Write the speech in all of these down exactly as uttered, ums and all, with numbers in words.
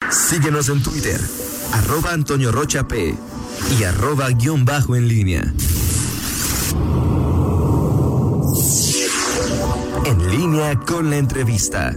Síguenos en Twitter, arroba Antonio Rocha P y arroba guión bajo en línea. En línea con la entrevista.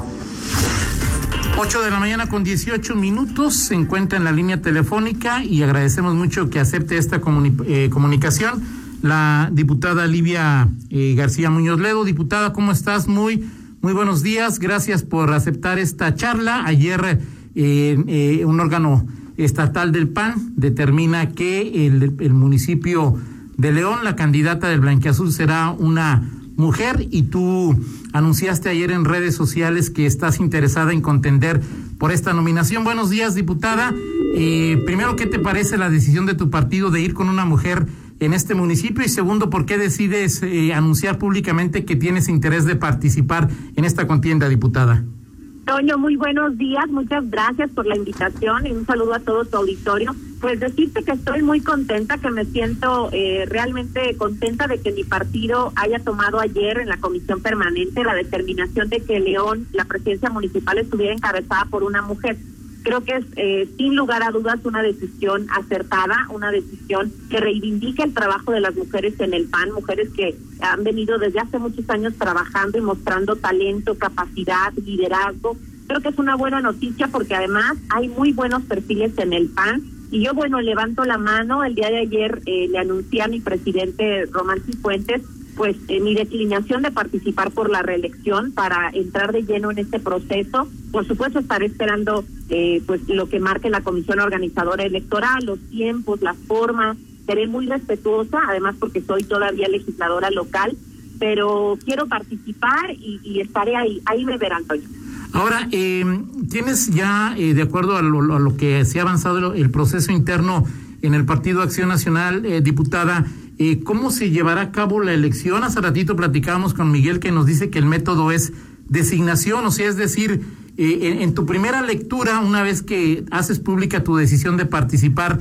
ocho de la mañana con dieciocho minutos, se encuentra en la línea telefónica y agradecemos mucho que acepte esta comuni- eh, comunicación la diputada Livia eh, García Muñoz Ledo. Diputada, ¿cómo estás? Muy, muy buenos días, gracias por aceptar esta charla. Ayer eh, eh, un órgano estatal del P A N determina que el, el municipio de León, la candidata del Blanquiazul será una mujer, y tú anunciaste ayer en redes sociales que estás interesada en contender por esta nominación. Buenos días, diputada. Eh, primero, ¿qué te parece la decisión de tu partido de ir con una mujer en este municipio? Y segundo, ¿por qué decides eh, anunciar públicamente que tienes interés de participar en esta contienda, diputada? Toño, muy buenos días, muchas gracias por la invitación y un saludo a todo tu auditorio. Pues decirte que estoy muy contenta, que me siento eh, realmente contenta de que mi partido haya tomado ayer en la comisión permanente la determinación de que León, la presidencia municipal, estuviera encabezada por una mujer. Creo que es eh, sin lugar a dudas una decisión acertada, una decisión que reivindica el trabajo de las mujeres en el P A N, mujeres que han venido desde hace muchos años trabajando y mostrando talento, capacidad, liderazgo. Creo que es una buena noticia porque además hay muy buenos perfiles en el P A N. Y yo, bueno, levanto la mano. El día de ayer eh, le anuncié a mi presidente Román Cifuentes pues eh, mi declinación de participar por la reelección para entrar de lleno en este proceso. Por supuesto, estaré esperando eh, pues lo que marque la comisión organizadora electoral, los tiempos, las formas. Seré muy respetuosa, además porque soy todavía legisladora local, pero quiero participar y, y estaré ahí. Ahí me verán, Toño. Ahora, eh, tienes ya, eh, de acuerdo a lo, a lo que se ha avanzado el proceso interno en el Partido Acción Nacional, eh, diputada, eh, ¿cómo se llevará a cabo la elección? Hace ratito platicábamos con Miguel, que nos dice que el método es designación, o sea, es decir, eh, en, en tu primera lectura, una vez que haces pública tu decisión de participar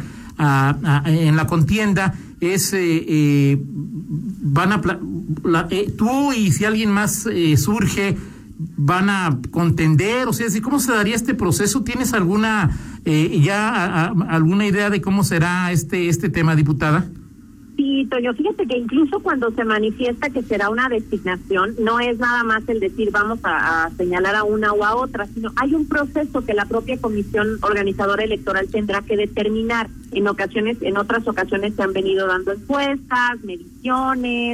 a, a, en la contienda, es, eh, eh, van a, la, eh, tú y si alguien más eh, surge, van a contender, o sea, ¿cómo se daría este proceso? ¿Tienes alguna eh, ya a, a, alguna idea de cómo será este este tema, diputada? Sí, Toño, fíjate que incluso cuando se manifiesta que será una designación, no es nada más el decir vamos a, a señalar a una o a otra, sino hay un proceso que la propia comisión organizadora electoral tendrá que determinar. En ocasiones, en otras ocasiones se han venido dando encuestas, mediciones,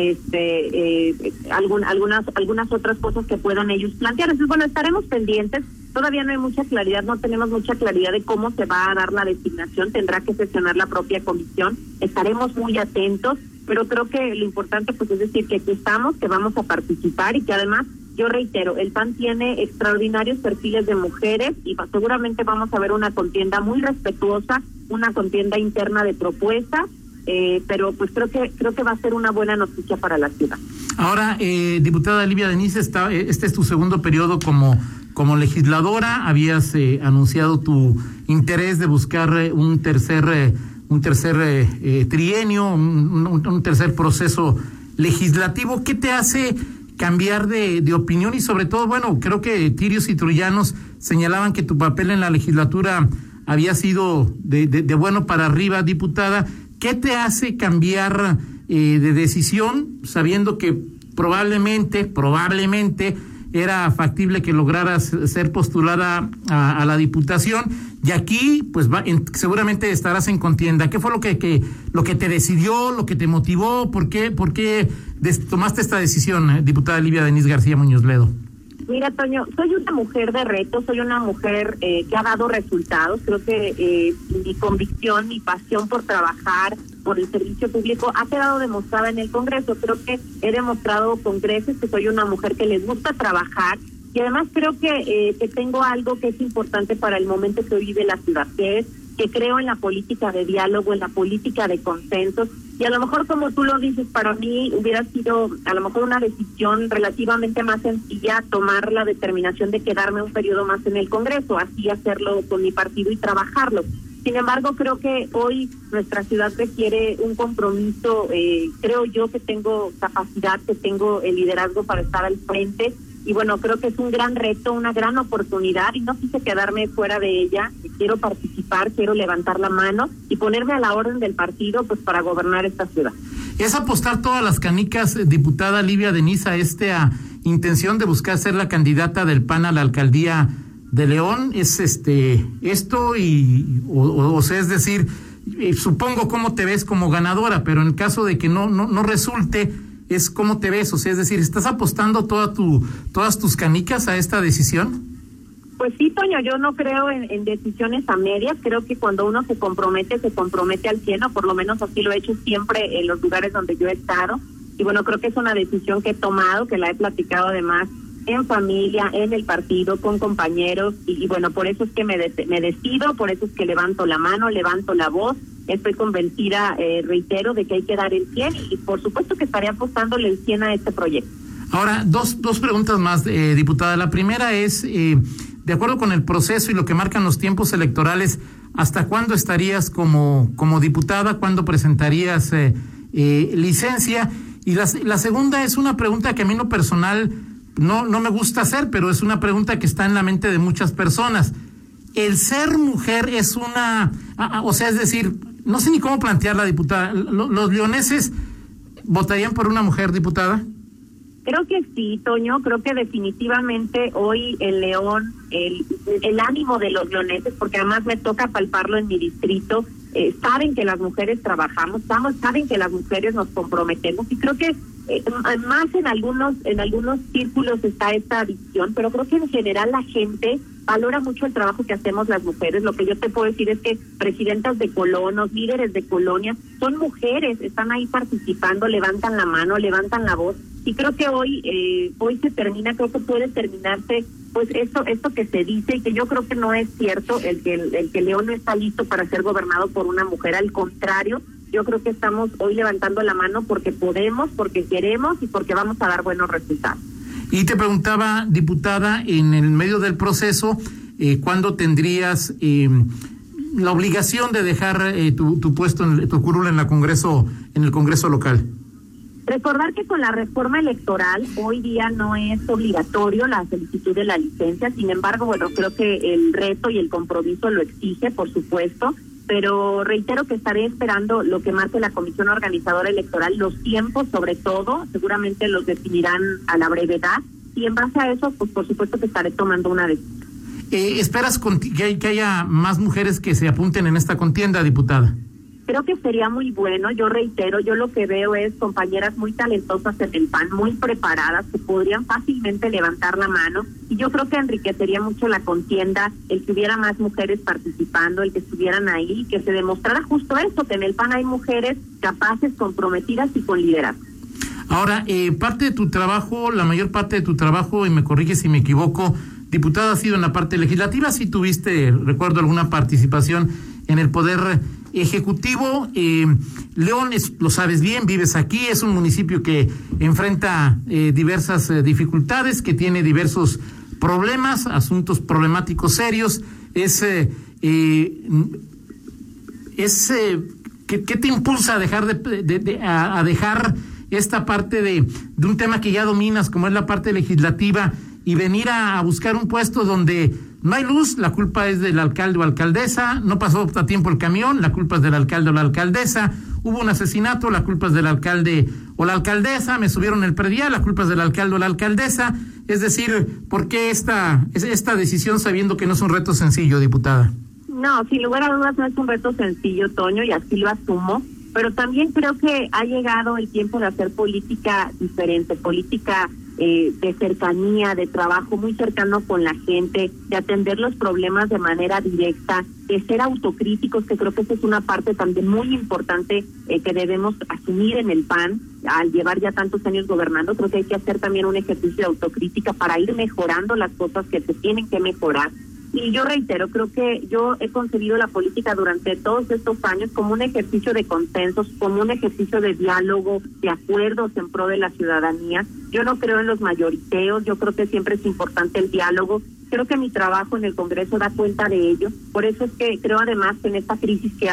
este, eh, algún, algunas, algunas otras cosas que puedan ellos plantear. Entonces, bueno, estaremos pendientes. Todavía no hay mucha claridad, no tenemos mucha claridad de cómo se va a dar la designación, tendrá que sesionar la propia comisión, estaremos muy atentos, pero creo que lo importante pues es decir que aquí estamos, que vamos a participar y que además, yo reitero, el P A N tiene extraordinarios perfiles de mujeres y seguramente vamos a ver una contienda muy respetuosa, una contienda interna de propuestas, eh, pero pues creo que creo que va a ser una buena noticia para la ciudad. Ahora, eh, diputada Livia Denise, está, este es tu segundo periodo como Como legisladora. Habías eh, anunciado tu interés de buscar eh, un tercer eh, un tercer eh, eh, trienio, un, un, un tercer proceso legislativo. ¿Qué te hace cambiar de, de opinión? Y sobre todo, bueno, creo que tirios y trullanos señalaban que tu papel en la legislatura había sido de, de, de bueno para arriba, diputada. ¿Qué te hace cambiar eh, de decisión, sabiendo que probablemente, probablemente era factible que lograras ser postulada a, a la diputación, y aquí pues va, en, seguramente estarás en contienda? ¿Qué fue lo que, que lo que te decidió, lo que te motivó? ¿Por qué, por qué des, tomaste esta decisión, eh, diputada Livia Denise García Muñoz Ledo? Mira, Toño, soy una mujer de retos, soy una mujer eh, que ha dado resultados. Creo que eh, mi convicción, mi pasión por trabajar, por el servicio público, ha quedado demostrada en el Congreso. Creo que he demostrado con creces que soy una mujer que les gusta trabajar, y además creo que, eh, que tengo algo que es importante para el momento que hoy vive la ciudad, que es que creo en la política de diálogo, en la política de consensos, y a lo mejor, como tú lo dices, para mí hubiera sido a lo mejor una decisión relativamente más sencilla tomar la determinación de quedarme un periodo más en el Congreso, así hacerlo con mi partido y trabajarlo. Sin embargo, creo que hoy nuestra ciudad requiere un compromiso. Eh, creo yo que tengo capacidad, que tengo el liderazgo para estar al frente, y bueno, creo que es un gran reto, una gran oportunidad y no quise quedarme fuera de ella. Quiero participar, quiero levantar la mano y ponerme a la orden del partido pues para gobernar esta ciudad. ¿Es apostar todas las canicas, diputada Livia Denis, a esta intención de buscar ser la candidata del P A N a la alcaldía de León? ¿Es este esto y o, o, o sea, es decir, eh, supongo cómo te ves como ganadora, pero en el caso de que no no no resulte, es cómo te ves, o sea, es decir, ¿estás apostando toda tu todas tus canicas a esta decisión? Pues sí, Toño, yo no creo en, en decisiones a medias. Creo que cuando uno se compromete, se compromete al cien, o por lo menos así lo he hecho siempre en los lugares donde yo he estado. Y bueno, creo que es una decisión que he tomado, que la he platicado además en familia, en el partido, con compañeros, y, y bueno, por eso es que me, de, me decido, por eso es que levanto la mano, levanto la voz. Estoy convencida, eh, reitero, de que hay que dar el cien, y por supuesto que estaré apostándole el cien a este proyecto. Ahora, dos, dos preguntas más, eh, diputada. La primera es, eh, de acuerdo con el proceso y lo que marcan los tiempos electorales, ¿hasta cuándo estarías como, como diputada? ¿Cuándo presentarías eh, eh, licencia? Y la, la segunda es una pregunta que a mí en lo personal no, no me gusta hacer, pero es una pregunta que está en la mente de muchas personas. El ser mujer es una, ah, o sea, es decir, no sé ni cómo plantearla, diputada. ¿Los leoneses votarían por una mujer, diputada? Creo que sí, Toño, creo que definitivamente hoy el León, el, el ánimo de los leoneses, porque además me toca palparlo en mi distrito, eh, saben que las mujeres trabajamos, estamos, saben que las mujeres nos comprometemos, y creo que eh, más en algunos en algunos círculos está esta visión, pero creo que en general la gente valora mucho el trabajo que hacemos las mujeres. Lo que yo te puedo decir es que presidentas de colonos, líderes de colonias, son mujeres, están ahí participando, levantan la mano, levantan la voz, y creo que hoy eh, hoy se termina, creo que puede terminarse pues esto esto que se dice, y que yo creo que no es cierto, el que el, el que León no está listo para ser gobernado por una mujer. Al contrario, yo creo que estamos hoy levantando la mano porque podemos, porque queremos y porque vamos a dar buenos resultados. Y te preguntaba, diputada, en el medio del proceso, eh, ¿cuándo tendrías eh, la obligación de dejar eh, tu, tu puesto, en, tu curul en la Congreso, en el Congreso local? Recordar que con la reforma electoral hoy día no es obligatorio la solicitud de la licencia. Sin embargo, bueno, creo que el reto y el compromiso lo exige, por supuesto, pero reitero que estaré esperando lo que marque la Comisión Organizadora Electoral, los tiempos sobre todo, seguramente los definirán a la brevedad, y en base a eso, pues por supuesto que estaré tomando una decisión. Eh, ¿Esperas que, que haya más mujeres que se apunten en esta contienda, diputada? Creo que sería muy bueno. Yo reitero, yo lo que veo es compañeras muy talentosas en el P A N, muy preparadas, que podrían fácilmente levantar la mano, y yo creo que enriquecería mucho la contienda el que hubiera más mujeres participando, el que estuvieran ahí, que se demostrara justo eso, que en el P A N hay mujeres capaces, comprometidas y con liderazgo. Ahora, eh, parte de tu trabajo, la mayor parte de tu trabajo, y me corrige si me equivoco, diputada, ha sido en la parte legislativa. Sí tuviste, recuerdo, alguna participación en el Poder Ejecutivo. eh, León, es, lo sabes bien, vives aquí, es un municipio que enfrenta eh, diversas eh, dificultades, que tiene diversos problemas, asuntos problemáticos serios. Es, eh, eh, es eh, ¿qué, ¿qué te impulsa a dejar de, de, de a, a dejar esta parte de, de un tema que ya dominas, como es la parte legislativa, y venir a, a buscar un puesto donde no hay luz? La culpa es del alcalde o alcaldesa, no pasó a tiempo el camión, la culpa es del alcalde o la alcaldesa, hubo un asesinato, la culpa es del alcalde o la alcaldesa, me subieron el predial, la culpa es del alcalde o la alcaldesa. Es decir, ¿por qué esta, esta decisión sabiendo que no es un reto sencillo, diputada? No, sin lugar a dudas no es un reto sencillo, Toño, y así lo asumo, pero también creo que ha llegado el tiempo de hacer política diferente, política Eh, de cercanía, de trabajo muy cercano con la gente, de atender los problemas de manera directa, de ser autocríticos, que creo que esa es una parte también muy importante eh, que debemos asumir en el P A N. Al llevar ya tantos años gobernando, creo que hay que hacer también un ejercicio de autocrítica para ir mejorando las cosas que se tienen que mejorar. Y yo reitero, creo que yo he concebido la política durante todos estos años como un ejercicio de consensos, como un ejercicio de diálogo, de acuerdos en pro de la ciudadanía. Yo no creo en los mayoriteos, yo creo que siempre es importante el diálogo. Creo que mi trabajo en el Congreso da cuenta de ello. Por eso es que creo además que en esta crisis que hay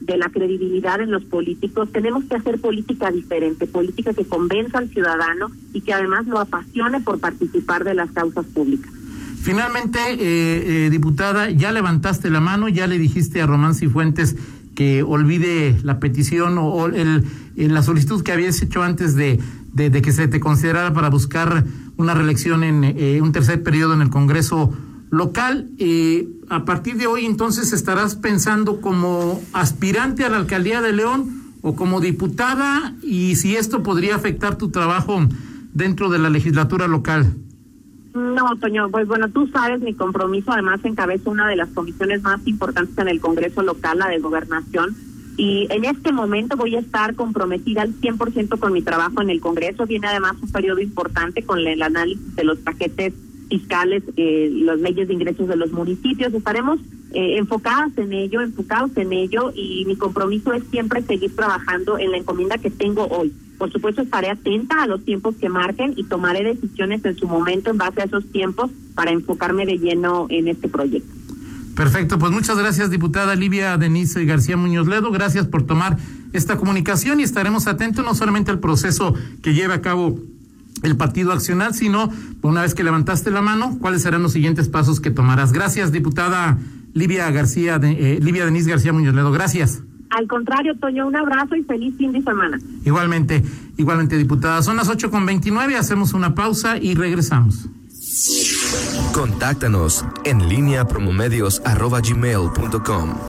de la credibilidad en los políticos, tenemos que hacer política diferente, política que convenza al ciudadano y que además lo apasione por participar de las causas públicas. Finalmente, eh, eh, diputada, ya levantaste la mano, ya le dijiste a Román Cifuentes que olvide la petición o, o el, el, la solicitud que habías hecho antes de, de, de que se te considerara para buscar una reelección en eh, un tercer periodo en el Congreso local. Eh, a partir de hoy, entonces, ¿estarás pensando como aspirante a la alcaldía de León o como diputada? Y si esto podría afectar tu trabajo dentro de la legislatura local. No, Toño, pues bueno, tú sabes mi compromiso, además encabezo una de las comisiones más importantes en el Congreso local, la de Gobernación, y en este momento voy a estar comprometida al cien por ciento con mi trabajo en el Congreso. Viene además un periodo importante con el análisis de los paquetes fiscales, eh, las leyes de ingresos de los municipios. Estaremos eh, enfocadas en ello, enfocados en ello, y mi compromiso es siempre seguir trabajando en la encomienda que tengo hoy. Por supuesto, estaré atenta a los tiempos que marquen y tomaré decisiones en su momento en base a esos tiempos para enfocarme de lleno en este proyecto. Perfecto, pues muchas gracias, diputada Livia Denise García Muñoz Ledo. Gracias por tomar esta comunicación y estaremos atentos no solamente al proceso que lleve a cabo el Partido Accional, sino una vez que levantaste la mano, cuáles serán los siguientes pasos que tomarás. Gracias, diputada Livia García, de, eh, Livia Denise García Muñoz Ledo. Gracias. Al contrario, Toño, un abrazo y feliz fin de semana. Igualmente, igualmente, diputada. Son las ocho con veintinueve, hacemos una pausa y regresamos. Contáctanos en línea promomedios arroba gmail punto com.